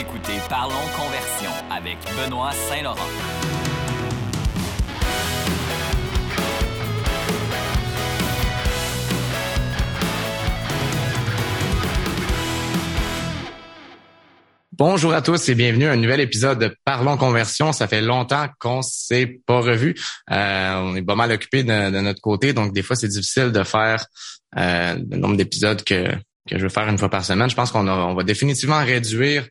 écoutez Parlons Conversion avec Benoît Saint-Laurent. Bonjour à tous et bienvenue à un nouvel épisode de Parlons Conversion. Ça fait longtemps qu'on s'est pas revus. On est pas mal occupés de notre côté, donc des fois c'est difficile de faire le nombre d'épisodes que je veux faire une fois par semaine. Je pense qu'on va définitivement réduire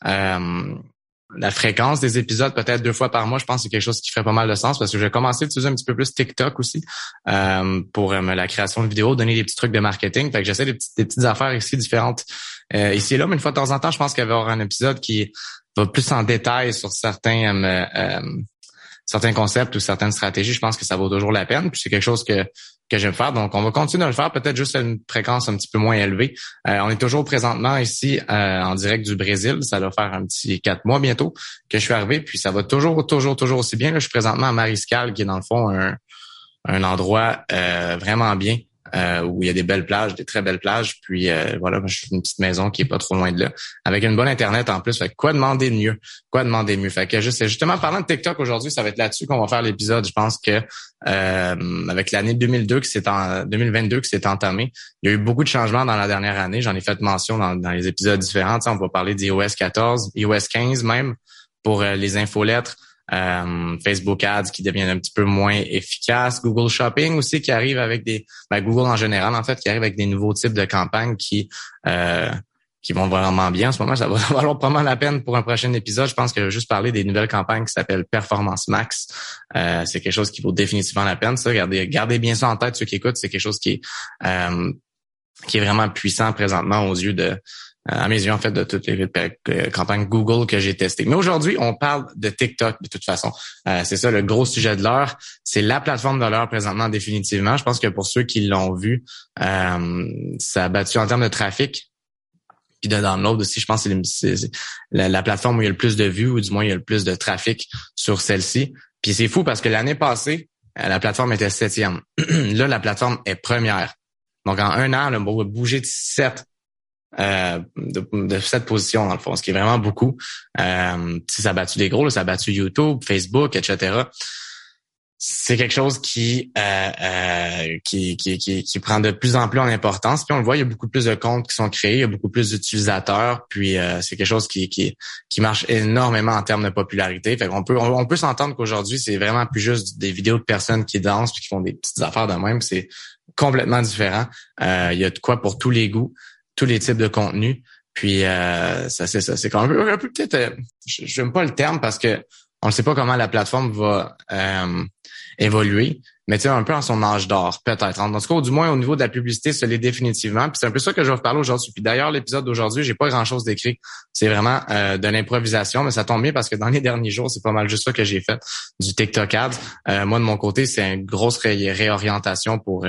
la fréquence des épisodes, peut-être 2 fois par mois. Je pense que c'est quelque chose qui ferait pas mal de sens parce que je vais commencer à utiliser un petit peu plus TikTok aussi pour la création de vidéos, donner des petits trucs de marketing. Fait que j'essaie des petites affaires ici différentes ici et là, mais une fois de temps en temps, je pense qu'il va y avoir un épisode qui va plus en détail sur certains concepts ou certaines stratégies. Je pense que ça vaut toujours la peine. Puis c'est quelque chose que j'aime faire. Donc, on va continuer de le faire, peut-être juste à une fréquence un petit peu moins élevée. On est toujours présentement ici en direct du Brésil. Ça va faire un petit 4 mois bientôt que je suis arrivé. Puis ça va toujours aussi bien. Là, je suis présentement à Mariscal, qui est dans le fond un endroit vraiment bien. Où il y a des belles plages, des très belles plages. Puis voilà, je suis une petite maison qui est pas trop loin de là, avec une bonne Internet en plus. Fait que quoi demander de mieux? Fait que justement, parlant de TikTok aujourd'hui, ça va être là-dessus qu'on va faire l'épisode. Je pense que avec l'année 2022 qui s'est entamée, il y a eu beaucoup de changements dans la dernière année. J'en ai fait mention dans les épisodes différents. Tu sais, on va parler d'iOS 14, iOS 15 même, pour les infolettres. Facebook Ads qui deviennent un petit peu moins efficaces, Google Shopping aussi qui arrive avec Google en général en fait qui arrive avec des nouveaux types de campagnes qui vont vraiment bien en ce moment. Ça va valoir pas mal la peine pour un prochain épisode. Je pense que je vais juste parler des nouvelles campagnes qui s'appellent Performance Max. C'est quelque chose qui vaut définitivement la peine. Ça, gardez bien ça en tête ceux qui écoutent. C'est quelque chose qui est vraiment puissant présentement aux yeux à mes yeux, en fait, de toutes les campagnes Google que j'ai testées. Mais aujourd'hui, on parle de TikTok, de toute façon. C'est ça, le gros sujet de l'heure. C'est la plateforme de l'heure présentement, définitivement. Je pense que pour ceux qui l'ont vu, ça a battu en termes de trafic. Puis de download aussi, je pense que c'est la plateforme où il y a le plus de vues, ou du moins, il y a le plus de trafic sur celle-ci. Puis c'est fou parce que l'année passée, la plateforme était 7e. Là, la plateforme est première. Donc, en un an, on va bouger de 7 positions dans le fond, ce qui est vraiment beaucoup. Ça a battu des gros, là, ça a battu YouTube, Facebook, etc. C'est quelque chose qui prend de plus en plus en importance. Puis on le voit, il y a beaucoup plus de comptes qui sont créés, il y a beaucoup plus d'utilisateurs. Puis c'est quelque chose qui marche énormément en termes de popularité. Fait qu'on peut s'entendre qu'aujourd'hui, c'est vraiment plus juste des vidéos de personnes qui dansent puis qui font des petites affaires de même. C'est complètement différent. Il y a de quoi pour tous les goûts, tous les types de contenus. Puis ça c'est ça. C'est quand même un peu peut-être. J'aime pas le terme parce que on ne sait pas comment la plateforme va évoluer, mais tu sais, un peu en son âge d'or, peut-être. En tout cas, du moins au niveau de la publicité, ça l'est définitivement. Puis c'est un peu ça que je vais vous parler aujourd'hui. Puis d'ailleurs, l'épisode d'aujourd'hui, j'ai pas grand-chose d'écrit. C'est vraiment de l'improvisation, mais ça tombe bien parce que dans les derniers jours, c'est pas mal juste ça que j'ai fait, du TikTok Ads. Moi, de mon côté, c'est une grosse réorientation pour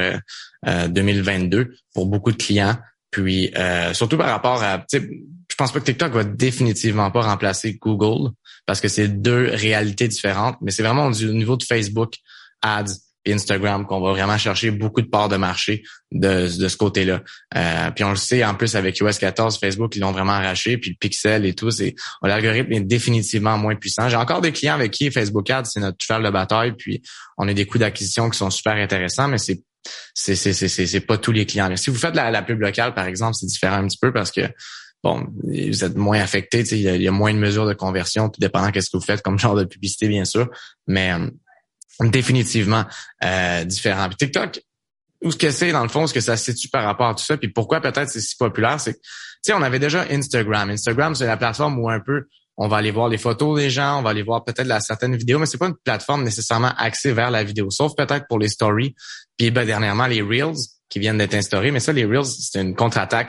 2022 pour beaucoup de clients. Puis surtout par rapport à, tu sais, je pense pas que TikTok va définitivement pas remplacer Google parce que c'est 2 réalités différentes, mais c'est vraiment au niveau de Facebook Ads et Instagram qu'on va vraiment chercher beaucoup de parts de marché de ce côté-là. Puis on le sait, en plus avec iOS 14, Facebook, ils l'ont vraiment arraché, puis le pixel et tout, l'algorithme est définitivement moins puissant. J'ai encore des clients avec qui Facebook Ads, c'est notre cheval de bataille, puis on a des coûts d'acquisition qui sont super intéressants, mais c'est pas tous les clients. Mais si vous faites la pub locale, par exemple, c'est différent un petit peu parce que bon, vous êtes moins affecté, il y a moins de mesures de conversion, tout dépendant qu'est-ce que vous faites comme genre de publicité, bien sûr, mais définitivement différent. Puis TikTok, où ce que c'est, dans le fond, ce que ça se situe par rapport à tout ça, puis pourquoi peut-être c'est si populaire, c'est que, tu sais, on avait déjà Instagram. Instagram, c'est la plateforme où un peu on va aller voir les photos des gens, on va aller voir peut-être certaines vidéos, mais c'est pas une plateforme nécessairement axée vers la vidéo, sauf peut-être pour les stories. Puis dernièrement, les Reels qui viennent d'être instaurés, mais ça, les Reels, c'est une contre-attaque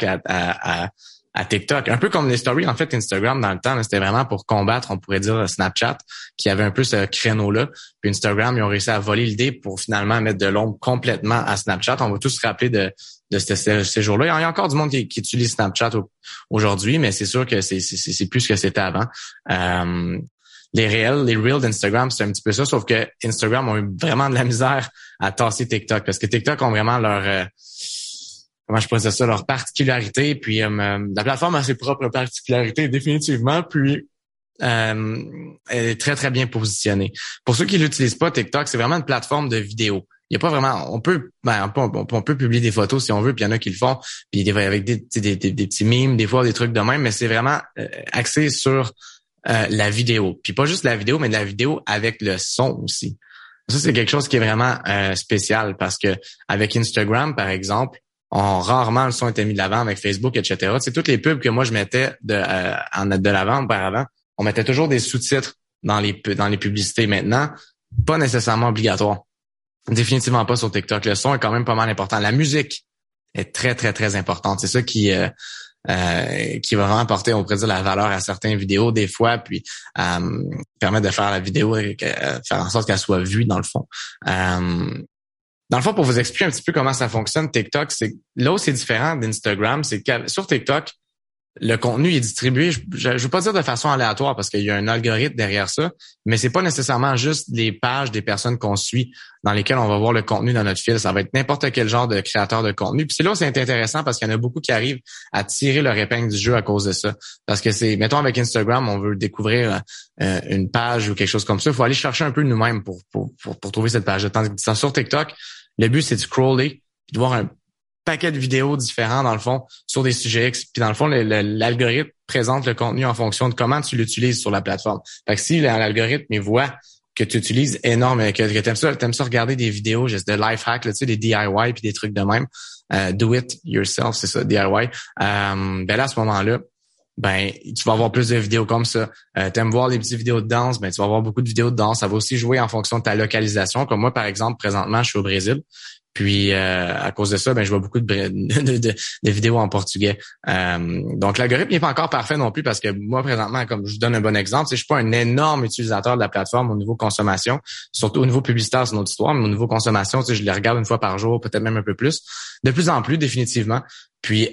à TikTok. Un peu comme les stories, en fait, Instagram, dans le temps, c'était vraiment pour combattre, on pourrait dire, Snapchat, qui avait un peu ce créneau-là. Puis Instagram, ils ont réussi à voler l'idée pour finalement mettre de l'ombre complètement à Snapchat. On va tous se rappeler de ces jours-là. Il y a encore du monde qui utilise Snapchat aujourd'hui, mais c'est sûr que c'est plus ce que c'était avant. Les Reels d'Instagram, c'est un petit peu ça, sauf que Instagram ont eu vraiment de la misère à tasser TikTok, parce que TikTok ont vraiment comment je pourrais dire ça, leurs particularités. Puis la plateforme a ses propres particularités définitivement. Puis elle est très très bien positionnée. Pour ceux qui l'utilisent pas, TikTok, c'est vraiment une plateforme de vidéo. Il y a pas vraiment, on peut publier des photos si on veut, puis il y en a qui le font, puis avec des petits mimes, des fois des trucs de même, mais c'est vraiment axé sur la vidéo. Puis pas juste la vidéo, mais de la vidéo avec le son aussi. Ça, c'est quelque chose qui est vraiment spécial parce que avec Instagram, par exemple, rarement le son était mis de l'avant avec Facebook, etc. C'est toutes les pubs que moi je mettais de l'avant auparavant. On mettait toujours des sous-titres dans les publicités. Maintenant, pas nécessairement obligatoire. Définitivement pas sur TikTok. Le son est quand même pas mal important. La musique est très, très, très importante. C'est ça qui va vraiment apporter, on pourrait dire, la valeur à certaines vidéos des fois, puis permettre de faire la vidéo et faire en sorte qu'elle soit vue dans le fond. Dans le fond, pour vous expliquer un petit peu comment ça fonctionne, TikTok, c'est là où c'est différent d'Instagram, c'est que sur TikTok, le contenu est distribué, je veux pas dire de façon aléatoire parce qu'il y a un algorithme derrière ça, mais c'est pas nécessairement juste les pages des personnes qu'on suit dans lesquelles on va voir le contenu dans notre fil. Ça va être n'importe quel genre de créateur de contenu. Puis c'est là où c'est intéressant parce qu'il y en a beaucoup qui arrivent à tirer leur épingle du jeu à cause de ça. Parce que mettons avec Instagram, on veut découvrir une page ou quelque chose comme ça. Il faut aller chercher un peu nous-mêmes pour trouver cette page. Tandis que sur TikTok, le but c'est de scroller puis de voir un paquet de vidéos différents, dans le fond, sur des sujets X. Puis dans le fond, l'algorithme présente le contenu en fonction de comment tu l'utilises sur la plateforme. Fait que si l'algorithme il voit que tu utilises énorme, que t'aimes ça regarder des vidéos juste de life hack, là, tu sais, des DIY puis des trucs de même, do it yourself, c'est ça, DIY. Ben là, à ce moment-là, ben tu vas avoir plus de vidéos comme ça. T'aimes voir les petites vidéos de danse, ben tu vas avoir beaucoup de vidéos de danse. Ça va aussi jouer en fonction de ta localisation. Comme moi, par exemple, présentement, je suis au Brésil. Puis à cause de ça, ben je vois beaucoup de vidéos en portugais. Donc l'algorithme n'est pas encore parfait non plus parce que moi présentement, comme je vous donne un bon exemple, je suis pas un énorme utilisateur de la plateforme au niveau consommation, surtout au niveau publicitaire, c'est une autre histoire, mais au niveau consommation, je les regarde une fois par jour, peut-être même un peu plus, de plus en plus définitivement. Puis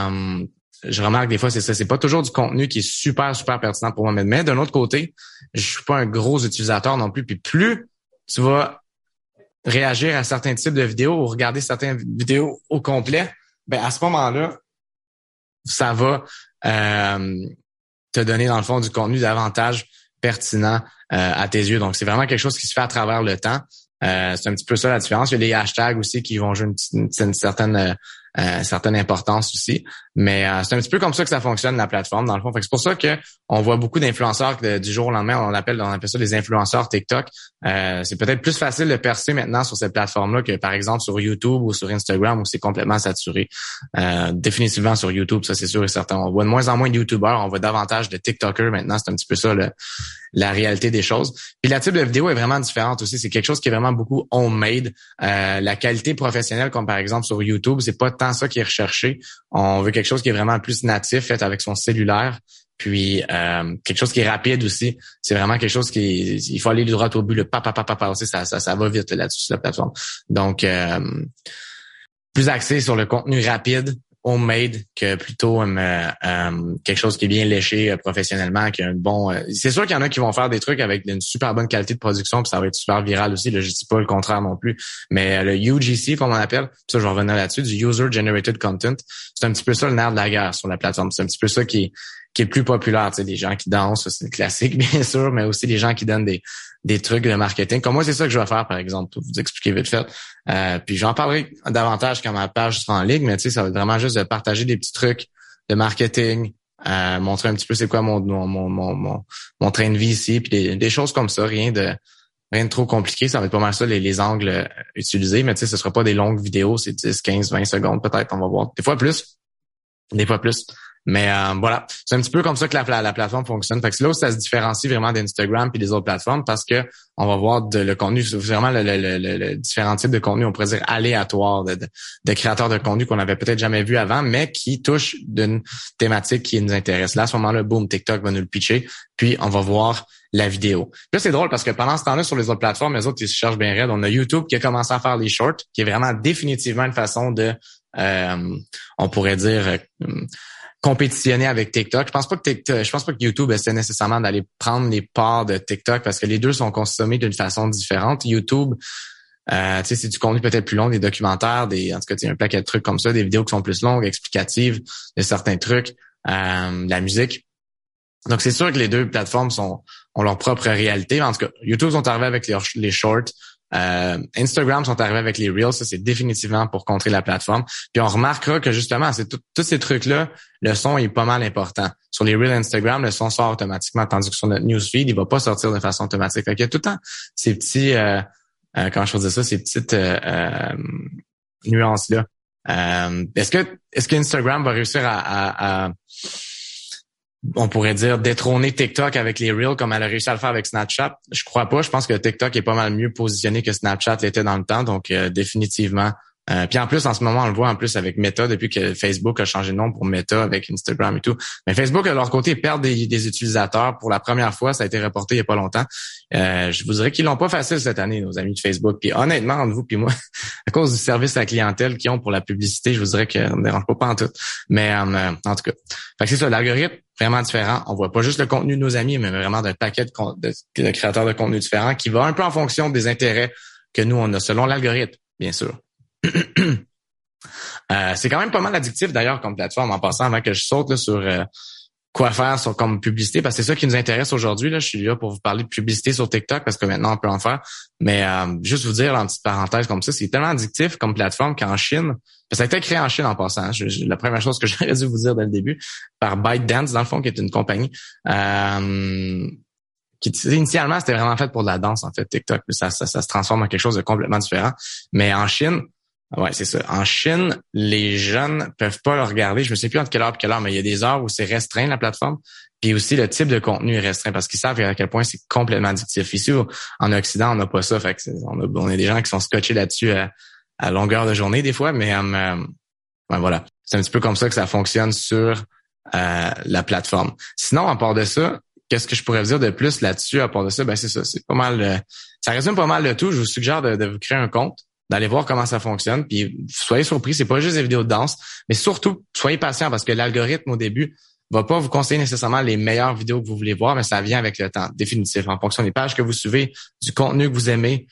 je remarque des fois c'est ça, c'est pas toujours du contenu qui est super super pertinent pour moi, mais d'un autre côté, je suis pas un gros utilisateur non plus. Puis plus tu vas réagir à certains types de vidéos ou regarder certaines vidéos au complet, ben à ce moment-là, ça va te donner dans le fond du contenu davantage pertinent à tes yeux. Donc c'est vraiment quelque chose qui se fait à travers le temps. C'est un petit peu ça la différence. Il y a les hashtags aussi qui vont jouer une certaine importance aussi. Mais c'est un petit peu comme ça que ça fonctionne la plateforme dans le fond. Fait que c'est pour ça que on voit beaucoup d'influenceurs du jour au lendemain. On appelle ça des influenceurs TikTok. C'est peut-être plus facile de percer maintenant sur cette plateforme-là que par exemple sur YouTube ou sur Instagram où c'est complètement saturé. Définitivement sur YouTube, ça c'est sûr et certain. On voit de moins en moins de YouTubers, on voit davantage de TikTokers maintenant. C'est un petit peu ça la réalité des choses. Puis la type de vidéo est vraiment différente aussi. C'est quelque chose qui est vraiment beaucoup homemade. La qualité professionnelle, comme par exemple sur YouTube, c'est pas tant ça qui est recherché. On veut quelque chose qui est vraiment plus natif, fait avec son cellulaire. Puis quelque chose qui est rapide aussi. C'est vraiment quelque chose il faut aller droit au but. Le aussi, ça va vite là-dessus sur la plateforme. Donc plus axé sur le contenu rapide, homemade, que plutôt quelque chose qui est bien léché professionnellement, qui a un bon. C'est sûr qu'il y en a qui vont faire des trucs avec une super bonne qualité de production, puis ça va être super viral aussi. Là, je dis pas le contraire non plus, mais le UGC, comme on appelle, ça je vais revenir là-dessus, du User Generated Content, c'est un petit peu ça le nerf de la guerre sur la plateforme. C'est un petit peu ça qui est plus populaire, tu sais, des gens qui dansent, c'est classique bien sûr, mais aussi des gens qui donnent des trucs de marketing. Comme moi, c'est ça que je vais faire, par exemple, pour vous expliquer vite fait. Puis j'en parlerai davantage quand ma page sera en ligne, mais tu sais, ça va être vraiment juste de partager des petits trucs de marketing, montrer un petit peu c'est quoi mon train de vie ici, puis des choses comme ça, rien de trop compliqué. Ça va être pas mal ça, les angles utilisés, mais tu sais, ce sera pas des longues vidéos, c'est 10, 15, 20 secondes peut-être, on va voir. Des fois plus. Mais voilà, c'est un petit peu comme ça que la plateforme fonctionne. Fait que c'est là où ça se différencie vraiment d'Instagram puis des autres plateformes parce que on va voir le contenu, vraiment le différents types de contenu, on pourrait dire aléatoire de créateurs de contenu qu'on avait peut-être jamais vu avant, mais qui touchent d'une thématique qui nous intéresse. Là, à ce moment-là, boom, TikTok va nous le pitcher, puis on va voir la vidéo. Puis là, c'est drôle parce que pendant ce temps-là, sur les autres plateformes, les autres, ils se cherchent bien raide. On a YouTube qui a commencé à faire les shorts, qui est vraiment définitivement une façon de, on pourrait dire, compétitionner avec TikTok. Je pense pas que YouTube essaie nécessairement d'aller prendre les parts de TikTok parce que les deux sont consommés d'une façon différente. YouTube C'est du contenu peut-être plus long, des documentaires, en tout cas, un paquet de trucs comme ça, des vidéos qui sont plus longues, explicatives de certains trucs, la musique. Donc, c'est sûr que les deux plateformes ont leur propre réalité. En tout cas, YouTube sont arrivés avec les shorts. Instagram sont arrivés avec les Reels. Ça, c'est définitivement pour contrer la plateforme. Puis, on remarquera que justement, c'est tous ces trucs-là, le son est pas mal important. Sur les Reels Instagram, le son sort automatiquement, tandis que sur notre newsfeed, il va pas sortir de façon automatique. Fait qu'il y a tout le temps ces petits, comment je peux dire ça, ces petites nuances-là. Est-ce que Instagram va réussir à on pourrait dire détrôner TikTok avec les Reels comme elle a réussi à le faire avec Snapchat? Je crois pas. Je pense que TikTok est pas mal mieux positionné que Snapchat l'était dans le temps. Donc, définitivement. Puis en plus, en ce moment, on le voit en plus avec Meta depuis que Facebook a changé de nom pour Meta avec Instagram et tout. Mais Facebook, de leur côté, perd des utilisateurs pour la première fois. Ça a été reporté il y a pas longtemps. Je vous dirais qu'ils l'ont pas facile cette année, nos amis de Facebook. Puis honnêtement, entre vous puis moi, à cause du service à la clientèle qu'ils ont pour la publicité, je vous dirais qu'on ne dérange pas en tout. Mais en tout cas, fait que c'est ça, l'algorithme vraiment différent. On voit pas juste le contenu de nos amis, mais vraiment d'un paquet de créateurs de contenu différents qui va un peu en fonction des intérêts que nous, on a selon l'algorithme, bien sûr. C'est quand même pas mal addictif d'ailleurs comme plateforme en passant avant que je saute là, sur quoi faire comme publicité parce que c'est ça qui nous intéresse aujourd'hui. Là, je suis là pour vous parler de publicité sur TikTok parce que maintenant on peut en faire. Mais juste vous dire en petite parenthèse comme ça, c'est tellement addictif comme plateforme qu'en Chine, ça a été créé en Chine en passant. Hein, la première chose que j'aurais dû vous dire dès le début par ByteDance dans le fond qui est une compagnie. Qui initialement c'était vraiment fait pour de la danse en fait TikTok. Ça se transforme en quelque chose de complètement différent. Mais en Chine, ouais, c'est ça. En Chine, les jeunes peuvent pas le regarder. Je me sais plus entre quelle heure, mais il y a des heures où c'est restreint la plateforme. Puis aussi le type de contenu est restreint parce qu'ils savent à quel point c'est complètement addictif. Ici, en Occident, on n'a pas ça. Fait que on a des gens qui sont scotchés là-dessus à longueur de journée des fois, mais ouais, voilà. C'est un petit peu comme ça que ça fonctionne sur la plateforme. Sinon, à part de ça, qu'est-ce que je pourrais vous dire de plus là-dessus à part de ça? Ben c'est ça, c'est pas mal. Ça résume pas mal le tout. Je vous suggère de vous créer un compte, d'aller voir comment ça fonctionne, puis soyez surpris, c'est pas juste des vidéos de danse, mais surtout, soyez patient parce que l'algorithme au début va pas vous conseiller nécessairement les meilleures vidéos que vous voulez voir, mais ça vient avec le temps, définitif, en fonction des pages que vous suivez, du contenu que vous aimez,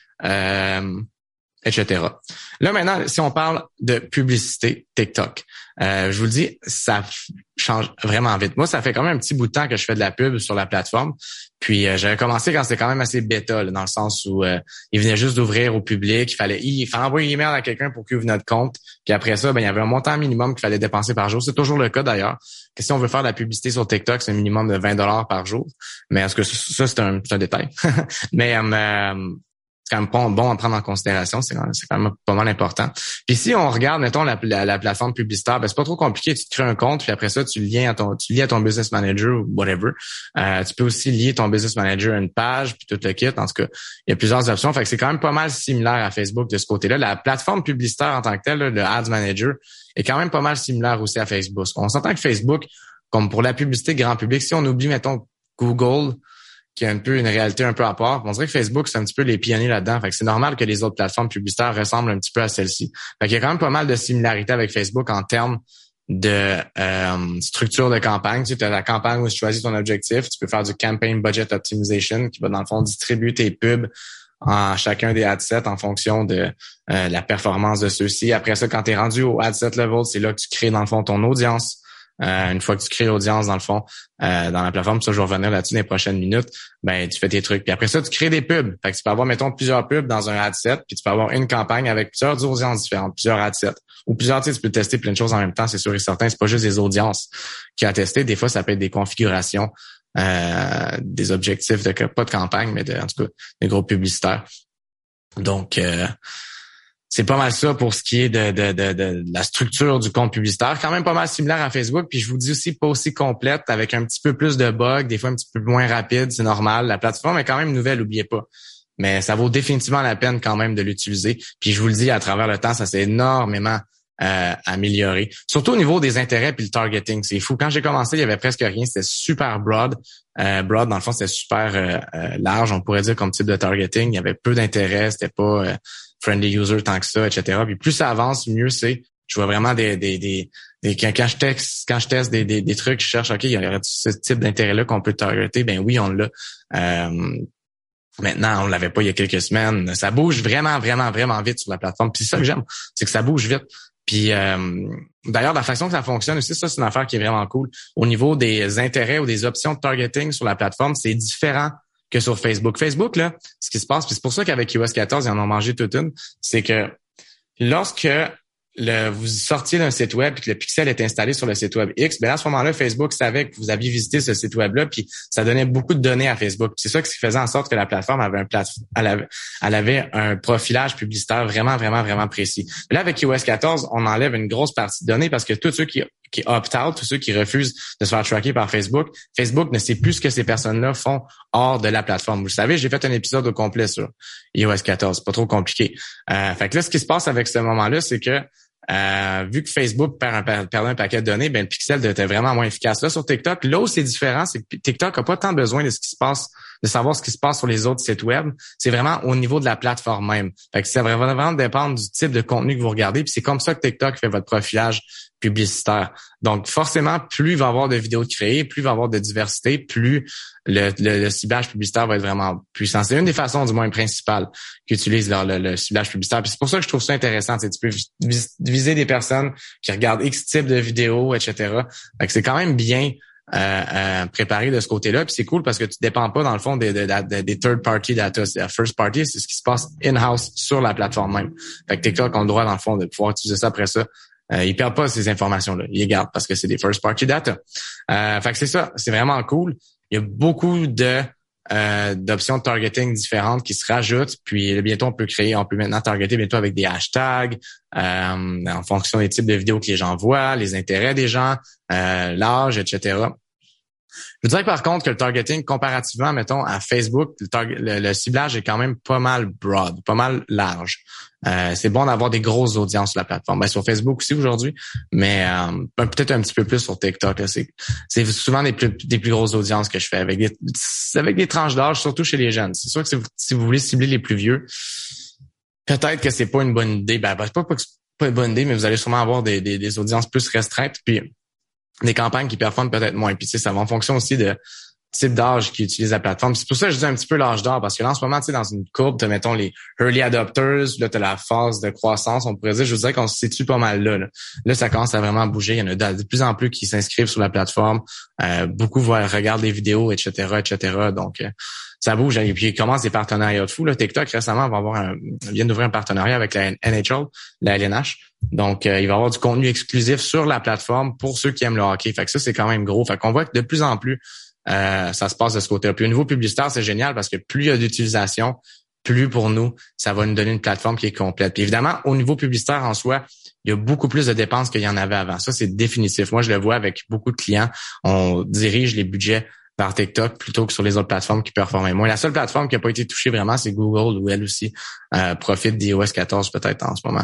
etc. Là, maintenant, si on parle de publicité TikTok, je vous le dis, ça change vraiment vite. Moi, ça fait quand même un petit bout de temps que je fais de la pub sur la plateforme. Puis, j'avais commencé quand c'était quand même assez bêta, là, dans le sens où il venait juste d'ouvrir au public. Il fallait envoyer un email à quelqu'un pour qu'il ouvre notre compte. Puis après ça, il y avait un montant minimum qu'il fallait dépenser par jour. C'est toujours le cas d'ailleurs. Que si on veut faire de la publicité sur TikTok, c'est un minimum de $20 par jour. Mais est-ce que ça, c'est un détail? Mais c'est quand même bon à prendre en considération, c'est quand même pas mal important. Puis si on regarde, mettons, la plateforme publicitaire, c'est pas trop compliqué, tu te crées un compte, puis après ça, tu lies à ton business manager ou whatever. Tu peux aussi lier ton business manager à une page, puis tout le kit. En tout cas, il y a plusieurs options. Fait que c'est quand même pas mal similaire à Facebook de ce côté-là. La plateforme publicitaire en tant que telle, là, le Ads Manager, est quand même pas mal similaire aussi à Facebook. On s'entend que Facebook, comme pour la publicité grand public, si on oublie, mettons, Google, qui a un peu une réalité un peu à part. On dirait que Facebook, c'est un petit peu les pionniers là-dedans. Fait que c'est normal que les autres plateformes publicitaires ressemblent un petit peu à celle-ci. Fait qu'il y a quand même pas mal de similarités avec Facebook en termes de structure de campagne. Tu as la campagne où tu choisis ton objectif. Tu peux faire du Campaign Budget Optimization qui va, dans le fond, distribuer tes pubs en chacun des adsets en fonction de la performance de ceux-ci. Après ça, quand tu es rendu au adset level, c'est là que tu crées, dans le fond, ton audience. Une fois que tu crées l'audience, dans le fond, dans la plateforme, ça, je vais revenir là-dessus dans les prochaines minutes, tu fais tes trucs. Puis après ça, tu crées des pubs. Fait que tu peux avoir, mettons, plusieurs pubs dans un adset, puis tu peux avoir une campagne avec plusieurs audiences différentes, plusieurs adsets. Ou plusieurs, tu peux tester plein de choses en même temps, c'est sûr et certain. C'est pas juste des audiences qu'il y a à tester. Des fois, ça peut être des configurations, des objectifs pas de campagne, mais en tout cas, des groupes publicitaires. Donc, c'est pas mal ça pour ce qui est de la structure du compte publicitaire. Quand même pas mal similaire à Facebook. Puis je vous dis aussi pas aussi complète, avec un petit peu plus de bugs, des fois un petit peu moins rapide, c'est normal. La plateforme est quand même nouvelle, n'oubliez pas. Mais ça vaut définitivement la peine quand même de l'utiliser. Puis je vous le dis, à travers le temps, ça s'est énormément amélioré. Surtout au niveau des intérêts puis le targeting. C'est fou. Quand j'ai commencé, il y avait presque rien. C'était super broad. Broad, dans le fond, c'était super large, on pourrait dire, comme type de targeting. Il y avait peu d'intérêts. C'était pas friendly user tant que ça, etc. Puis plus ça avance, mieux c'est. Je vois vraiment quand je teste des trucs, je cherche, OK, il y aurait ce type d'intérêt-là qu'on peut targeter. Ben oui, on l'a. Maintenant, on l'avait pas il y a quelques semaines. Ça bouge vraiment, vraiment, vraiment vite sur la plateforme. Puis c'est ça que j'aime, c'est que ça bouge vite. Puis d'ailleurs, la façon que ça fonctionne aussi, ça, c'est une affaire qui est vraiment cool. Au niveau des intérêts ou des options de targeting sur la plateforme, c'est différent que sur Facebook. Facebook, là, ce qui se passe, puis c'est pour ça qu'avec iOS 14, ils en ont mangé toute une, c'est que lorsque vous sortiez d'un site web et que le pixel est installé sur le site web X, ben à ce moment-là, Facebook savait que vous aviez visité ce site web-là, puis ça donnait beaucoup de données à Facebook. C'est ça qui faisait en sorte que la plateforme avait elle avait un profilage publicitaire vraiment, vraiment, vraiment précis. Mais là, avec iOS 14, on enlève une grosse partie de données parce que tous ceux qui opt-out, tous ceux qui refusent de se faire tracker par Facebook, Facebook ne sait plus ce que ces personnes-là font hors de la plateforme. Vous le savez, j'ai fait un épisode au complet sur iOS 14. C'est pas trop compliqué. Fait que là, ce qui se passe avec ce moment-là, c'est que vu que Facebook perdait un paquet de données, ben le pixel était vraiment moins efficace. Là, sur TikTok, là où c'est différent, c'est que TikTok a pas tant besoin de ce qui se passe, de savoir ce qui se passe sur les autres sites web. C'est vraiment au niveau de la plateforme même. Fait que ça va vraiment dépendre du type de contenu que vous regardez. Puis c'est comme ça que TikTok fait votre profilage publicitaire. Donc, forcément, plus il va y avoir de vidéos de créer, plus il va y avoir de diversité, plus le ciblage publicitaire va être vraiment puissant. C'est une des façons, du moins, principales qu'utilise le ciblage publicitaire. Puis c'est pour ça que je trouve ça intéressant. Tu peux viser des personnes qui regardent X type de vidéos, etc. Fait que c'est quand même bien préparé de ce côté-là. Puis c'est cool parce que tu dépends pas, dans le fond, des third-party data. C'est la first-party, c'est ce qui se passe in-house sur la plateforme même. Fait que TikTok a le droit, dans le fond, de pouvoir utiliser ça après ça. Ils perdent pas ces informations-là. Ils les gardent parce que c'est des first-party data. Fait que c'est ça. C'est vraiment cool. Il y a beaucoup d'options de targeting différentes qui se rajoutent. Puis bientôt, on peut maintenant targeter bientôt avec des hashtags en fonction des types de vidéos que les gens voient, les intérêts des gens, l'âge, etc. Je vous dirais par contre que le targeting, comparativement, mettons, à Facebook, le ciblage est quand même pas mal broad, pas mal large. C'est bon d'avoir des grosses audiences sur la plateforme. Ben, sur Facebook aussi aujourd'hui, mais peut-être un petit peu plus sur TikTok. Là. C'est souvent des plus grosses audiences que je fais avec des tranches d'âge, surtout chez les jeunes. C'est sûr que si vous voulez cibler les plus vieux, peut-être que c'est pas une bonne idée. Ben, c'est pas une bonne idée, mais vous allez sûrement avoir des audiences plus restreintes. Puis des campagnes qui performent peut-être moins. Puis, tu sais, ça va en fonction aussi de type d'âge qui utilise la plateforme. C'est pour ça que je dis un petit peu l'âge d'or, parce que là, en ce moment, tu sais, dans une courbe, t'as, mettons, les early adopters, là, t'as la phase de croissance, on pourrait dire, je vous dirais qu'on se situe pas mal là. Là, ça commence à vraiment bouger. Il y en a de plus en plus qui s'inscrivent sur la plateforme. Beaucoup regardent des vidéos, etc., etc. Donc, ça bouge. Et puis, il commence des partenariats de fou. Là, TikTok, récemment, vient d'ouvrir un partenariat avec la NHL, la LNH. Donc, il va y avoir du contenu exclusif sur la plateforme pour ceux qui aiment le hockey. Fait que ça, c'est quand même gros. Fait qu'on voit que de plus en plus, ça se passe de ce côté-là. Puis au niveau publicitaire, c'est génial parce que plus il y a d'utilisation, plus pour nous, ça va nous donner une plateforme qui est complète. Puis évidemment, au niveau publicitaire en soi, il y a beaucoup plus de dépenses qu'il y en avait avant. Ça, c'est définitif. Moi, je le vois avec beaucoup de clients. On dirige les budgets par TikTok plutôt que sur les autres plateformes qui performaient moins. La seule plateforme qui n'a pas été touchée vraiment, c'est Google, où elle aussi profite d'iOS 14 peut-être en ce moment.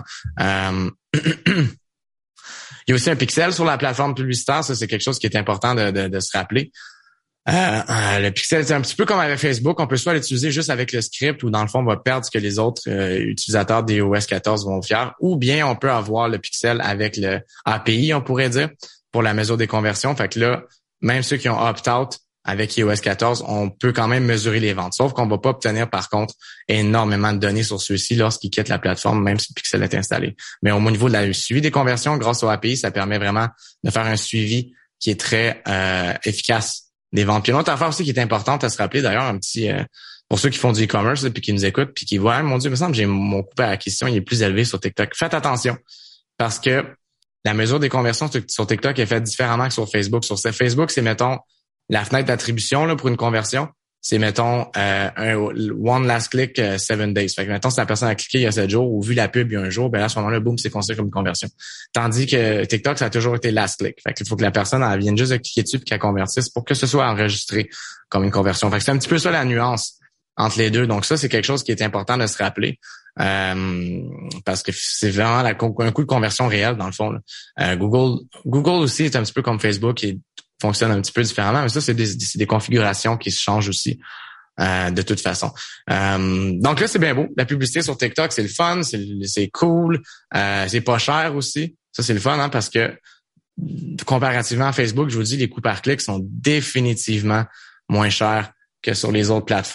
Il y a aussi un pixel sur la plateforme publicitaire. Ça, c'est quelque chose qui est important de se rappeler. Le pixel, c'est un petit peu comme avec Facebook. On peut soit l'utiliser juste avec le script ou dans le fond, on va perdre ce que les autres utilisateurs d'iOS 14 vont faire. Ou bien on peut avoir le pixel avec le API, on pourrait dire, pour la mesure des conversions. Fait que là, même ceux qui ont opt-out avec iOS 14, on peut quand même mesurer les ventes. Sauf qu'on va pas obtenir, par contre, énormément de données sur ceux-ci lorsqu'ils quittent la plateforme, même si le pixel est installé. Mais au niveau de la suivi des conversions, grâce au API, ça permet vraiment de faire un suivi qui est très efficace des ventes. Puis une autre affaire aussi qui est importante à se rappeler, d'ailleurs, un petit pour ceux qui font du e-commerce puis qui nous écoutent puis qui voient, mon Dieu, il me semble que j'ai mon coût à acquisition, il est plus élevé sur TikTok. Faites attention parce que la mesure des conversions sur TikTok est faite différemment que sur Facebook. Sur Facebook, c'est, mettons, la fenêtre d'attribution là pour une conversion, c'est, mettons, un one last click 7 days. Fait que, mettons, si la personne a cliqué il y a 7 jours ou vu la pub il y a un jour, ben là, à ce moment-là, boum, c'est considéré comme une conversion. Tandis que TikTok, ça a toujours été last click. Fait qu'il faut que la personne, elle vienne juste de cliquer dessus et qu'elle convertisse pour que ce soit enregistré comme une conversion. Fait que c'est un petit peu ça la nuance entre les deux. Donc ça, c'est quelque chose qui est important de se rappeler. Parce que c'est vraiment un coût de conversion réel, dans le fond. Là. Google aussi est un petit peu comme Facebook et fonctionne un petit peu différemment, mais ça, c'est des configurations qui se changent aussi de toute façon. Donc là, c'est bien beau. La publicité sur TikTok, c'est le fun, c'est cool, c'est pas cher aussi. Ça, c'est le fun, hein, parce que comparativement à Facebook, je vous dis, les coûts par clic sont définitivement moins chers que sur les autres plateformes.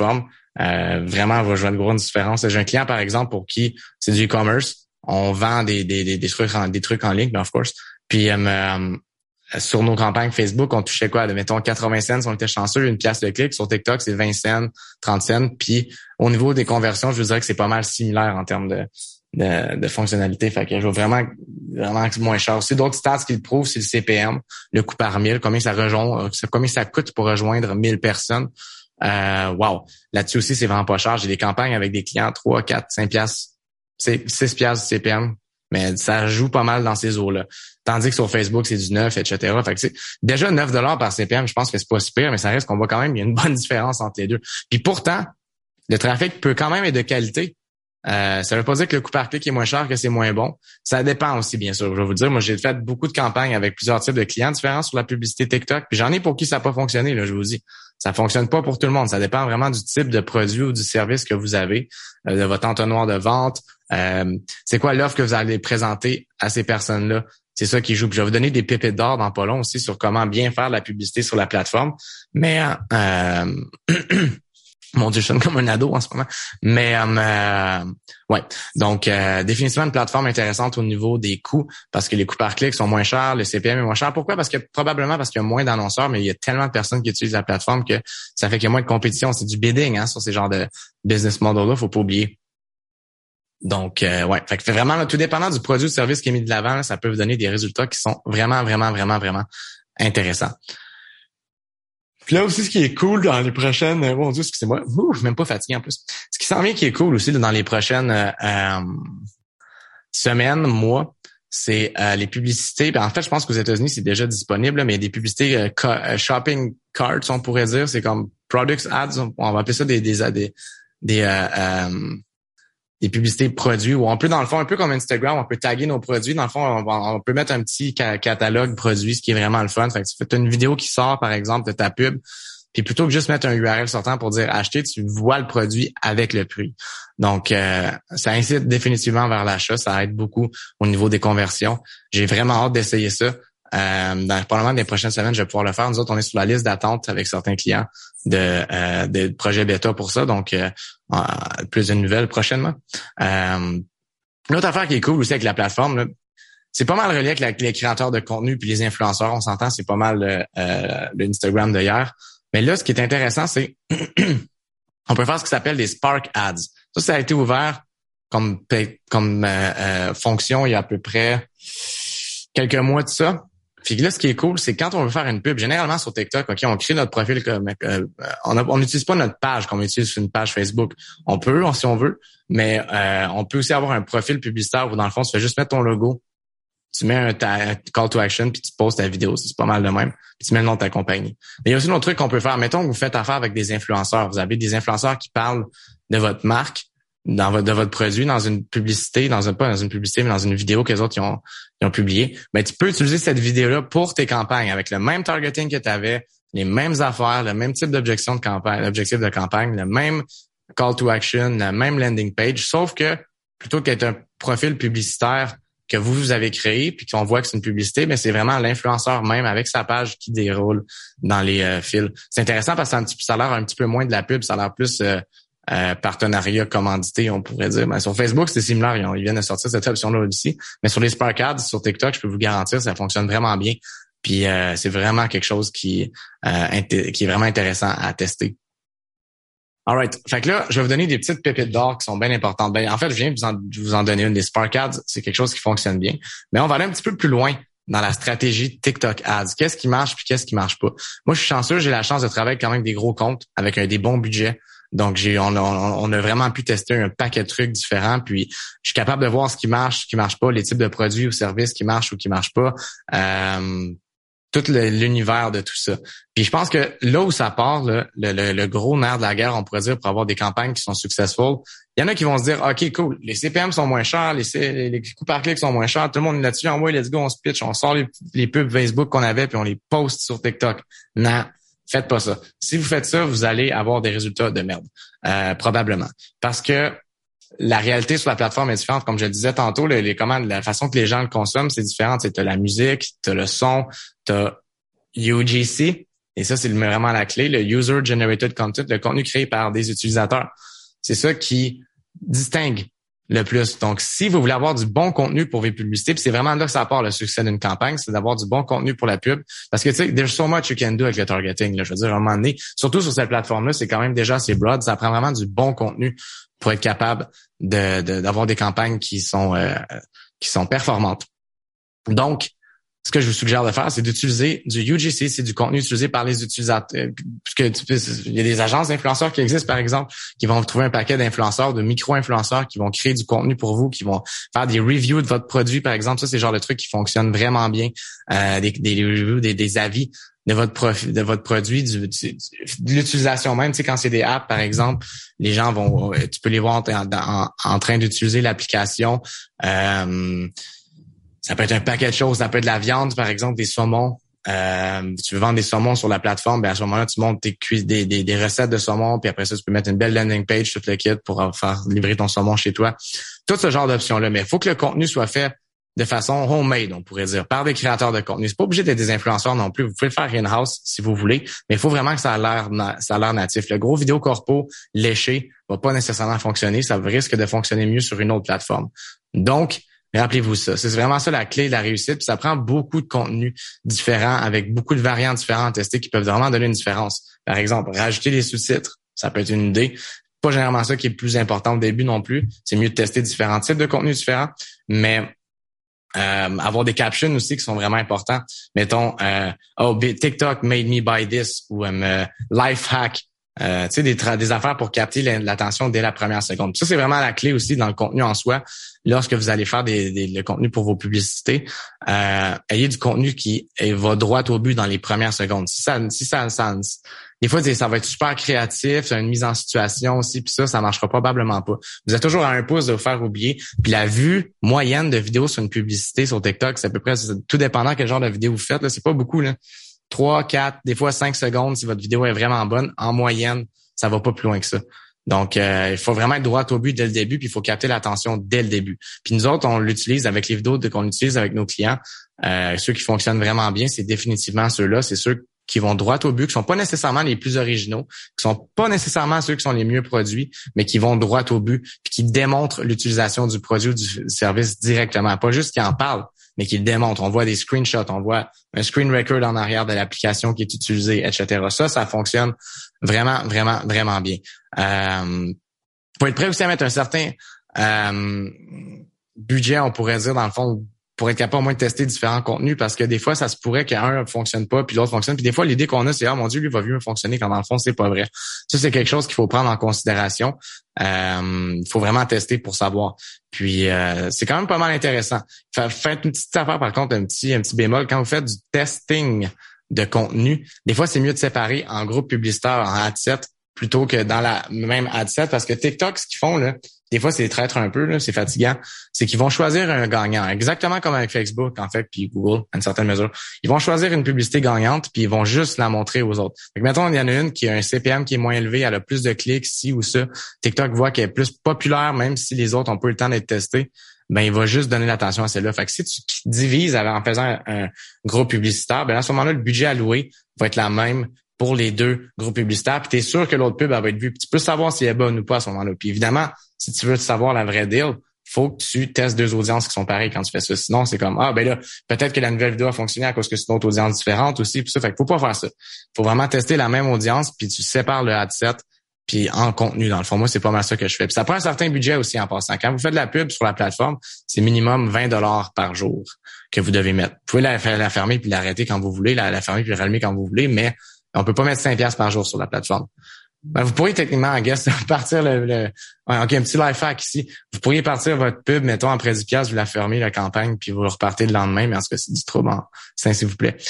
vraiment va jouer une grosse différence. J'ai un client, par exemple, pour qui c'est du e-commerce. On vend des trucs en ligne, of course. Puis sur nos campagnes Facebook, on touchait quoi? Mettons 80 cents, on était chanceux, une pièce de clic. Sur TikTok, c'est 20 cents, 30 cents. Puis au niveau des conversions, je vous dirais que c'est pas mal similaire en termes de fonctionnalité. Fait que je vois vraiment moins cher. Aussi, d'autres stats qui le prouvent, c'est le CPM, le coût par 1000, combien ça coûte pour rejoindre 1000 personnes. Wow. Là-dessus aussi, c'est vraiment pas cher. J'ai des campagnes avec des clients 3, 4, 5 piastres, 6 piastres de CPM. Mais ça joue pas mal dans ces eaux-là. Tandis que sur Facebook, c'est du 9, etc. Fait que déjà 9 $ par CPM, je pense que c'est pas super, mais ça reste qu'on voit quand même, il y a une bonne différence entre les deux. Puis pourtant, le trafic peut quand même être de qualité. Ça veut pas dire que le coût par clic est moins cher, que c'est moins bon. Ça dépend aussi, bien sûr. Je vais vous dire, moi, j'ai fait beaucoup de campagnes avec plusieurs types de clients différents sur la publicité TikTok. Puis j'en ai pour qui ça n'a pas fonctionné, là, je vous dis. Ça fonctionne pas pour tout le monde. Ça dépend vraiment du type de produit ou du service que vous avez, de votre entonnoir de vente. C'est quoi l'offre que vous allez présenter à ces personnes-là? C'est ça qui joue. Puis je vais vous donner des pépites d'or dans pas long aussi sur comment bien faire de la publicité sur la plateforme. Mais mon Dieu, je sonne comme un ado en ce moment. Mais ouais. Donc, définitivement une plateforme intéressante au niveau des coûts parce que les coûts par clic sont moins chers, le CPM est moins cher. Pourquoi? Probablement parce qu'il y a moins d'annonceurs, mais il y a tellement de personnes qui utilisent la plateforme que ça fait qu'il y a moins de compétition. C'est du bidding sur ces genres de business model-là, faut pas oublier. Donc, ouais. Fait que vraiment, là, tout dépendant du produit ou du service qui est mis de l'avant, là, ça peut vous donner des résultats qui sont vraiment, vraiment, vraiment, vraiment intéressants. Puis là aussi, ce qui est cool dans les prochaines... mon Dieu, excusez-moi. Je suis même pas fatigué en plus. Ce qui s'en vient qui est cool aussi là, dans les prochaines semaines, mois, c'est les publicités. Ben, en fait, je pense qu'aux États-Unis, c'est déjà disponible, là, mais il y a des publicités shopping carts, on pourrait dire. C'est comme products ads. On va appeler ça des publicités produits où on peut, dans le fond, un peu comme Instagram, on peut taguer nos produits. Dans le fond, on peut mettre un petit catalogue produit, ce qui est vraiment le fun. Fait que tu fais une vidéo qui sort, par exemple, de ta pub, puis plutôt que juste mettre un URL sortant pour dire acheter, tu vois le produit avec le prix. Donc, ça incite définitivement vers l'achat. Ça aide beaucoup au niveau des conversions. J'ai vraiment hâte d'essayer ça. Probablement dans les prochaines semaines, je vais pouvoir le faire. Nous autres, on est sur la liste d'attente avec certains clients de projets bêta pour ça. Donc, plus de nouvelles prochainement. L'autre affaire qui est cool aussi avec la plateforme, là, c'est pas mal relié avec les créateurs de contenu puis les influenceurs. On s'entend, c'est pas mal le Instagram d'hier. Mais là, ce qui est intéressant, c'est on peut faire ce qui s'appelle des Spark Ads. Ça a été ouvert comme fonction il y a à peu près quelques mois de ça. Puis là, ce qui est cool, c'est quand on veut faire une pub, généralement sur TikTok, ok, on crée notre profil comme on n'utilise pas notre page comme on utilise une page Facebook. On peut, si on veut, mais on peut aussi avoir un profil publicitaire où dans le fond, tu fais juste mettre ton logo, tu mets un call to action, puis tu postes ta vidéo. C'est pas mal de même. Puis tu mets le nom de ta compagnie. Mais il y a aussi un autre truc qu'on peut faire. Mettons que vous faites affaire avec des influenceurs. Vous avez des influenceurs qui parlent de votre marque, de votre produit, dans une publicité, pas dans une publicité, mais dans une vidéo que les autres ils ont publié. Ben, tu peux utiliser cette vidéo-là pour tes campagnes avec le même targeting que tu avais, les mêmes affaires, le même type d'objectif de campagne, le même call to action, la même landing page, sauf que plutôt qu'être un profil publicitaire que vous avez créé puis qu'on voit que c'est une publicité, mais c'est vraiment l'influenceur même avec sa page qui déroule dans les fils. C'est intéressant parce que ça a l'air un petit peu moins de la pub, ça a l'air plus partenariat commandité, on pourrait dire. Mais sur Facebook, c'est similaire. Ils viennent de sortir cette option-là aussi. Mais sur les Spark Ads, sur TikTok, je peux vous garantir, ça fonctionne vraiment bien. Puis c'est vraiment quelque chose qui est vraiment intéressant à tester. Alright. Fait que là, je vais vous donner des petites pépites d'or qui sont bien importantes. En fait, je viens de vous en donner une. Des Spark Ads, c'est quelque chose qui fonctionne bien. Mais on va aller un petit peu plus loin dans la stratégie TikTok Ads. Qu'est-ce qui marche puis qu'est-ce qui marche pas? Moi, je suis chanceux, j'ai la chance de travailler quand même des gros comptes avec des bons budgets. Donc, on a vraiment pu tester un paquet de trucs différents. Puis, je suis capable de voir ce qui marche pas, les types de produits ou services qui marchent ou qui marchent pas. Tout l'univers de tout ça. Puis je pense que là où ça part, là, le gros nerf de la guerre, on pourrait dire, pour avoir des campagnes qui sont successful, il y en a qui vont se dire, OK, cool, les CPM sont moins chers, les coûts par clic sont moins chers, tout le monde est là-dessus, ouais, let's go, on se pitch, on sort les pubs Facebook qu'on avait, puis on les poste sur TikTok. Non, faites pas ça. Si vous faites ça, vous allez avoir des résultats de merde, probablement. Parce que la réalité sur la plateforme est différente. Comme je le disais tantôt, la façon que les gens le consomment, c'est différent. Tu as la musique, tu as le son, tu as UGC, et ça, c'est vraiment la clé, le user-generated content, le contenu créé par des utilisateurs. C'est ça qui distingue le plus. Donc, si vous voulez avoir du bon contenu pour vos publicités, puis c'est vraiment là que ça part le succès d'une campagne, c'est d'avoir du bon contenu pour la pub. Parce que, tu sais, there's so much you can do avec le targeting, là. Je veux dire, à un moment donné, surtout sur cette plateforme-là, c'est quand même déjà assez broad. Ça prend vraiment du bon contenu pour être capable d'avoir des campagnes qui sont performantes. Donc, ce que je vous suggère de faire, c'est d'utiliser du UGC, c'est du contenu utilisé par les utilisateurs. Il y a des agences d'influenceurs qui existent, par exemple, qui vont trouver un paquet d'influenceurs, de micro-influenceurs qui vont créer du contenu pour vous, qui vont faire des reviews de votre produit, par exemple. Ça, c'est le genre de trucs qui fonctionnent vraiment bien. Des reviews, des avis de votre produit, de l'utilisation même. Tu sais, quand c'est des apps, par exemple, les gens tu peux les voir en train d'utiliser l'application. Ça peut être un paquet de choses. Ça peut être de la viande, par exemple, des saumons. Tu veux vendre des saumons sur la plateforme, à ce moment-là, tu montes des recettes de saumon, puis après ça, tu peux mettre une belle landing page, tout le kit pour faire livrer ton saumon chez toi. Tout ce genre d'options-là. Mais il faut que le contenu soit fait de façon homemade, on pourrait dire, par des créateurs de contenu. C'est pas obligé d'être des influenceurs non plus. Vous pouvez le faire in-house si vous voulez, mais il faut vraiment que ça a l'air natif. Le gros vidéo corpo léché va pas nécessairement fonctionner. Ça risque de fonctionner mieux sur une autre plateforme. Donc, rappelez-vous ça. C'est vraiment ça la clé de la réussite. Puis ça prend beaucoup de contenus différents avec beaucoup de variantes différentes à tester qui peuvent vraiment donner une différence. Par exemple, rajouter des sous-titres, ça peut être une idée. Pas généralement ça qui est le plus important au début non plus. C'est mieux de tester différents types de contenus différents, mais avoir des captions aussi qui sont vraiment importants. Mettons, TikTok made me buy this ou life hack. Tu sais, des affaires pour capter l'attention dès la première seconde. Ça, c'est vraiment la clé aussi dans le contenu en soi. Lorsque vous allez faire le contenu pour vos publicités, ayez du contenu qui va droit au but dans les premières secondes. Des fois, ça va être super créatif, une mise en situation aussi, puis ça marchera probablement pas. Vous êtes toujours à un pouce de vous faire oublier. Puis la vue moyenne de vidéos sur une publicité sur TikTok, c'est à peu près tout dépendant quel genre de vidéo vous faites. Là, c'est pas beaucoup, là. 3, 4, des fois 5 secondes si votre vidéo est vraiment bonne. En moyenne, ça va pas plus loin que ça. Donc, il faut vraiment être droit au but dès le début, puis il faut capter l'attention dès le début. Puis nous autres, on l'utilise avec les vidéos qu'on utilise avec nos clients. Ceux qui fonctionnent vraiment bien, c'est définitivement ceux-là. C'est ceux qui vont droit au but, qui sont pas nécessairement les plus originaux, qui sont pas nécessairement ceux qui sont les mieux produits, mais qui vont droit au but, puis qui démontrent l'utilisation du produit ou du service directement. Pas juste qui en parlent, mais qui le démontrent. On voit des screenshots, on voit un screen record en arrière de l'application qui est utilisée, etc. Ça fonctionne vraiment, vraiment, vraiment bien. Faut être prêt aussi à mettre un certain budget, on pourrait dire, dans le fond, pour être capable au moins de tester différents contenus, parce que des fois, ça se pourrait qu'un fonctionne pas, puis l'autre fonctionne. Puis des fois, l'idée qu'on a, c'est « Ah, mon Dieu, lui va mieux fonctionner », quand dans le fond, c'est pas vrai. Ça, c'est quelque chose qu'il faut prendre en considération. Il faut vraiment tester pour savoir. Puis, c'est quand même pas mal intéressant. Faites une petite affaire, par contre, un petit bémol. Quand vous faites du testing de contenu, des fois, c'est mieux de séparer en groupe publicitaire, en ad set, plutôt que dans la même ad set, parce que TikTok, ce qu'ils font, là, des fois, c'est traître un peu, là, c'est fatigant. C'est qu'ils vont choisir un gagnant, exactement comme avec Facebook, en fait, puis Google, à une certaine mesure. Ils vont choisir une publicité gagnante, puis ils vont juste la montrer aux autres. Fait que, mettons, il y en a une qui a un CPM qui est moins élevé, elle a plus de clics, ci ou ça. TikTok voit qu'elle est plus populaire, même si les autres ont pas eu le temps d'être testés. Ben, il va juste donner l'attention à celle-là. Fait que si tu divises en faisant un gros publicitaire, ben, à ce moment-là, le budget alloué va être la même pour les deux groupes publicitaires, puis t'es sûr que l'autre pub, elle va être vue. Puis tu peux savoir si elle est bonne ou pas à ce moment-là. Puis évidemment, si tu veux savoir la vraie deal, faut que tu testes deux audiences qui sont pareilles quand tu fais ça. Sinon, c'est comme, ben là, peut-être que la nouvelle vidéo a fonctionné à cause que c'est une autre audience différente aussi, puis ça. Fait qu'il faut pas faire ça. Faut vraiment tester la même audience, puis tu sépares le ad set, puis en contenu. Dans le fond, moi, c'est pas mal ça que je fais. Puis ça prend un certain budget aussi en passant. Quand vous faites de la pub sur la plateforme, c'est minimum 20$ par jour que vous devez mettre. Vous pouvez la fermer puis l'arrêter quand vous voulez, la fermer puis la rallumer quand vous voulez, mais on peut pas mettre 5$ par jour sur la plateforme. Ben, vous pourriez techniquement, I guess, partir OK, un petit life hack ici. Vous pourriez partir votre pub, mettons, après 10$, vous la fermez, la campagne, puis vous repartez le lendemain, mais en tout cas, c'est du trouble, s'il vous plaît.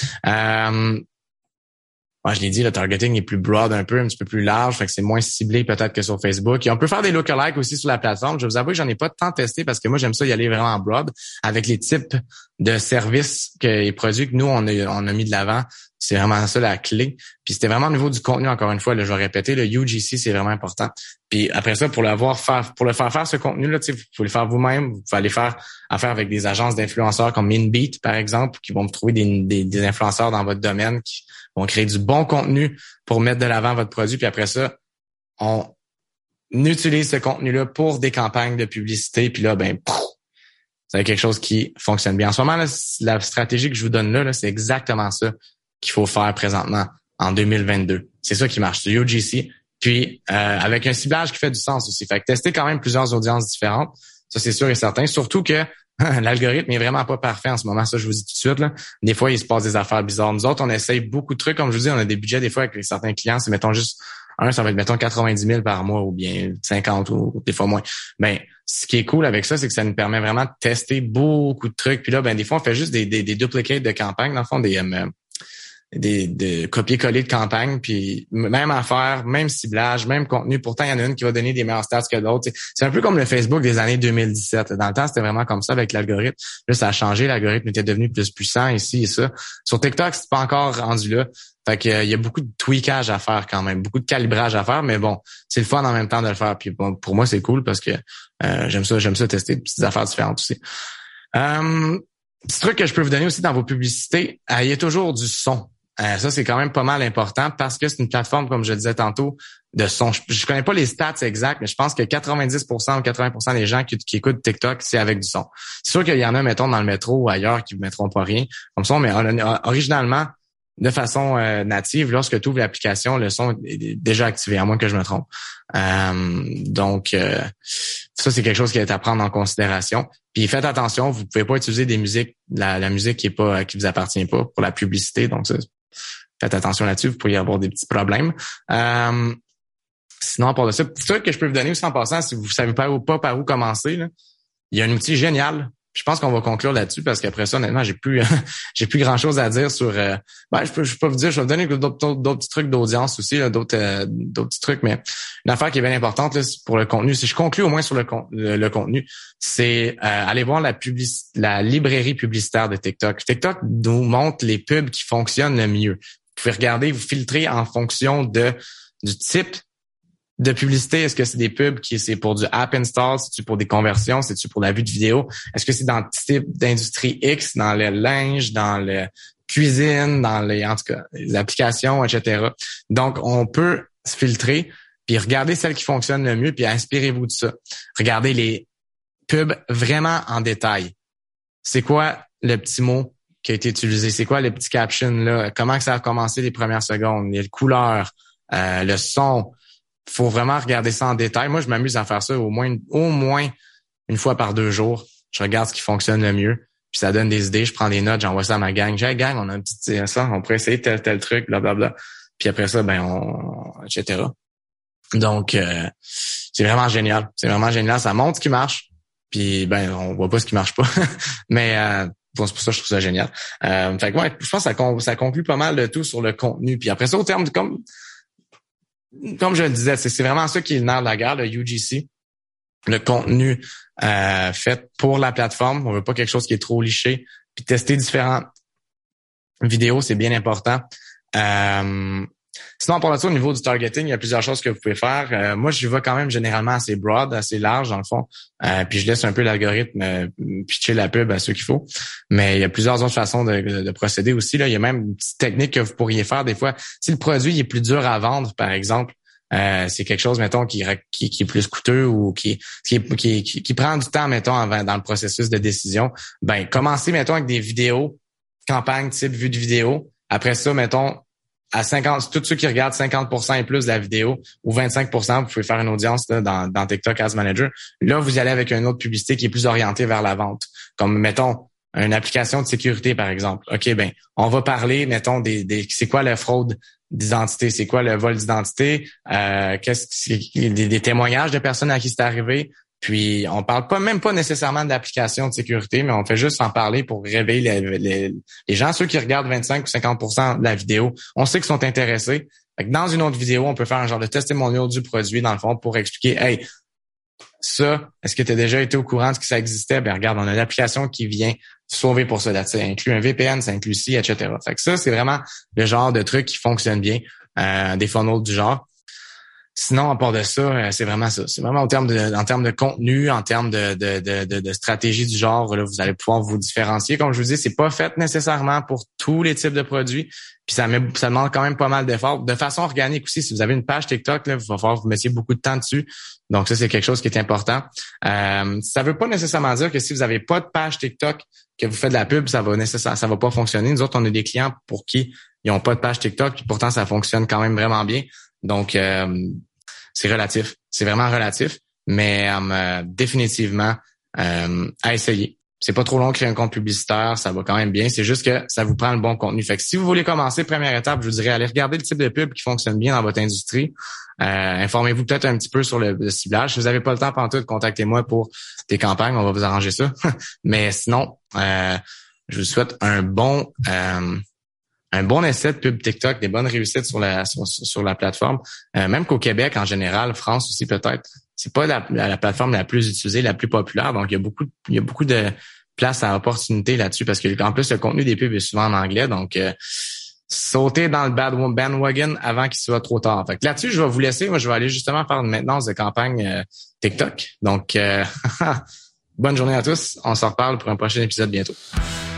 Je l'ai dit, le targeting est plus broad un peu, un petit peu plus large, fait que c'est moins ciblé peut-être que sur Facebook. Et on peut faire des lookalikes aussi sur la plateforme. Je vous avoue que j'en ai pas tant testé parce que moi, j'aime ça y aller vraiment broad avec les types de services et produits que nous, on a mis de l'avant. C'est vraiment ça la clé. Puis c'était vraiment au niveau du contenu, encore une fois, là, je vais répéter, le UGC, c'est vraiment important. Puis après ça, pour le faire faire ce contenu-là, vous pouvez le faire vous-même. Vous pouvez aller faire affaire avec des agences d'influenceurs comme InBeat, par exemple, qui vont vous trouver des influenceurs dans votre domaine qui vont créer du bon contenu pour mettre de l'avant votre produit. Puis après ça, on utilise ce contenu-là pour des campagnes de publicité. Puis là, c'est quelque chose qui fonctionne bien. En ce moment, là, la stratégie que je vous donne là, c'est exactement ça qu'il faut faire présentement en 2022. C'est ça qui marche, c'est UGC. Puis avec un ciblage qui fait du sens aussi. Fait que tester quand même plusieurs audiences différentes, ça c'est sûr et certain. Surtout que l'algorithme est vraiment pas parfait en ce moment, ça je vous dis tout de suite. Là. Des fois, il se passe des affaires bizarres. Nous autres, on essaye beaucoup de trucs. Comme je vous dis, on a des budgets des fois avec certains clients. C'est mettons juste ça va être mettons 90 000 par mois ou bien 50 ou des fois moins. Ce qui est cool avec ça, c'est que ça nous permet vraiment de tester beaucoup de trucs. Puis là, des fois, on fait juste des duplicates de campagne, dans le fond, des copier-coller de campagne, puis même affaire, même ciblage, même contenu. Pourtant, il y en a une qui va donner des meilleurs stats que d'autres. C'est un peu comme le Facebook des années 2017. Dans le temps, c'était vraiment comme ça avec l'algorithme. Là, ça a changé. L'algorithme était devenu plus puissant ici et ça. Sur TikTok, c'est pas encore rendu là. Fait que il y a beaucoup de tweakage à faire quand même, beaucoup de calibrage à faire, mais bon, c'est le fun en même temps de le faire. Puis pour moi, c'est cool parce que j'aime ça tester des petites affaires différentes aussi. Petit truc que je peux vous donner aussi dans vos publicités, il y a toujours du son. Ça, c'est quand même pas mal important parce que c'est une plateforme, comme je le disais tantôt, de son. Je connais pas les stats exacts, mais je pense que 90% ou 80% des gens qui écoutent TikTok, c'est avec du son. C'est sûr qu'il y en a, mettons, dans le métro ou ailleurs qui ne mettront pas rien comme ça, mais originalement, de façon native, lorsque tu ouvres l'application, le son est déjà activé, à moins que je me trompe. Donc, ça, c'est quelque chose qui est à prendre en considération. Puis faites attention, vous pouvez pas utiliser des musiques, la musique qui vous appartient pas pour la publicité. Donc, ça, faites attention là-dessus, vous pourriez avoir des petits problèmes. Sinon, pour ça, c'est ça que je peux vous donner aussi en passant, si vous savez pas par où commencer, là, il y a un outil génial. Je pense qu'on va conclure là-dessus parce qu'après ça, honnêtement, j'ai plus grand chose à dire sur. Je peux pas vous dire. Je vais vous donner d'autres petits trucs d'audience aussi, là, d'autres petits trucs. Mais une affaire qui est bien importante là, pour le contenu, si je conclue au moins sur le contenu, c'est aller voir la librairie publicitaire de TikTok. TikTok nous montre les pubs qui fonctionnent le mieux. Vous pouvez regarder, vous filtrer en fonction du type de publicité. Est-ce que c'est des pubs c'est pour du app install? C'est-tu pour des conversions? C'est-tu pour la vue de vidéo? Est-ce que c'est dans le type d'industrie X, dans le linge, dans le cuisine, en tout cas, les applications, etc. Donc, on peut se filtrer puis regarder celles qui fonctionnent le mieux puis inspirez-vous de ça. Regardez les pubs vraiment en détail. C'est quoi le petit mot qui a été utilisé? C'est quoi le petit caption là? Comment que ça a commencé les premières secondes? Les couleurs, le son. Faut vraiment regarder ça en détail. Moi, je m'amuse à faire ça au moins une fois par 2 jours. Je regarde ce qui fonctionne le mieux, puis ça donne des idées. Je prends des notes, j'envoie ça à ma gang. J'ai gang, on a un petit ça, on pourrait essayer tel truc, blablabla. Puis après ça, etc. Donc, c'est vraiment génial. C'est vraiment génial. Ça montre ce qui marche, puis on voit pas ce qui marche pas. Mais c'est pour ça que je trouve ça génial. Fait que ouais, je pense que ça conclut pas mal de tout sur le contenu. Puis après ça, au terme de comme je le disais, c'est vraiment ça qui est le nerf de la guerre, le UGC, le contenu fait pour la plateforme. On veut pas quelque chose qui est trop liché. Puis tester différentes vidéos, c'est bien important. Sinon, pour le au niveau du targeting, il y a plusieurs choses que vous pouvez faire. Moi, je vais quand même généralement assez broad, assez large dans le fond. Puis je laisse un peu l'algorithme pitcher la pub à ceux qu'il faut. Mais il y a plusieurs autres façons de procéder aussi. Là, il y a même une petite technique que vous pourriez faire des fois. Si le produit est plus dur à vendre, par exemple, c'est quelque chose, mettons, qui est plus coûteux ou qui prend du temps, mettons, dans le processus de décision. Commencez, mettons, avec des vidéos, campagne type vue de vidéo. Après ça, mettons, à 50, tous ceux qui regardent 50% et plus de la vidéo ou 25%, vous pouvez faire une audience là, dans TikTok Ads Manager. Là, vous allez avec une autre publicité qui est plus orientée vers la vente. Comme, mettons, une application de sécurité, par exemple. OK, on va parler, mettons, c'est quoi la fraude d'identité? C'est quoi le vol d'identité? Des témoignages de personnes à qui c'est arrivé. Puis, on parle même pas nécessairement de l'application de sécurité, mais on fait juste en parler pour réveiller les gens. Ceux qui regardent 25 ou 50% de la vidéo, on sait qu'ils sont intéressés. Fait que dans une autre vidéo, on peut faire un genre de testimonial du produit, dans le fond, pour expliquer, hey, Ça, est-ce que tu as déjà été au courant de ce que ça existait? Ben regarde, on a l'application qui vient sauver pour ça. Ça inclut un VPN, ça inclut ci, etc. Fait que ça, c'est vraiment le genre de truc qui fonctionne bien, des funnels du genre. Sinon, à part de ça, c'est vraiment ça. C'est vraiment en termes de contenu, en termes de stratégie du genre, là, vous allez pouvoir vous différencier. Comme je vous dis, c'est pas fait nécessairement pour tous les types de produits. Puis ça demande quand même pas mal d'efforts. De façon organique aussi, si vous avez une page TikTok, là, il va falloir que vous mettiez beaucoup de temps dessus. Donc ça, c'est quelque chose qui est important. Ça veut pas nécessairement dire que si vous avez pas de page TikTok, que vous faites de la pub, ça va pas fonctionner. Nous autres, on a des clients pour qui ils ont pas de page TikTok, puis pourtant ça fonctionne quand même vraiment bien. Donc c'est relatif. C'est vraiment relatif, mais définitivement à essayer. C'est pas trop long de créer un compte publicitaire, ça va quand même bien. C'est juste que ça vous prend le bon contenu. Fait que si vous voulez commencer, première étape, je vous dirais, allez regarder le type de pub qui fonctionne bien dans votre industrie. Informez-vous peut-être un petit peu sur le ciblage. Si vous n'avez pas le temps pantoute, contactez-moi pour des campagnes, on va vous arranger ça. Mais sinon, je vous souhaite un bon essai de pub TikTok, des bonnes réussites sur la plateforme. Même qu'au Québec en général, France aussi peut-être. C'est pas la plateforme la plus utilisée, la plus populaire. Donc, il y a beaucoup de place à opportunité là-dessus parce que en plus, le contenu des pubs est souvent en anglais. Donc, sauter dans le bandwagon avant qu'il soit trop tard. Fait que là-dessus, je vais vous laisser. Moi, je vais aller justement faire une maintenance de campagne TikTok. Donc, bonne journée à tous. On se reparle pour un prochain épisode bientôt.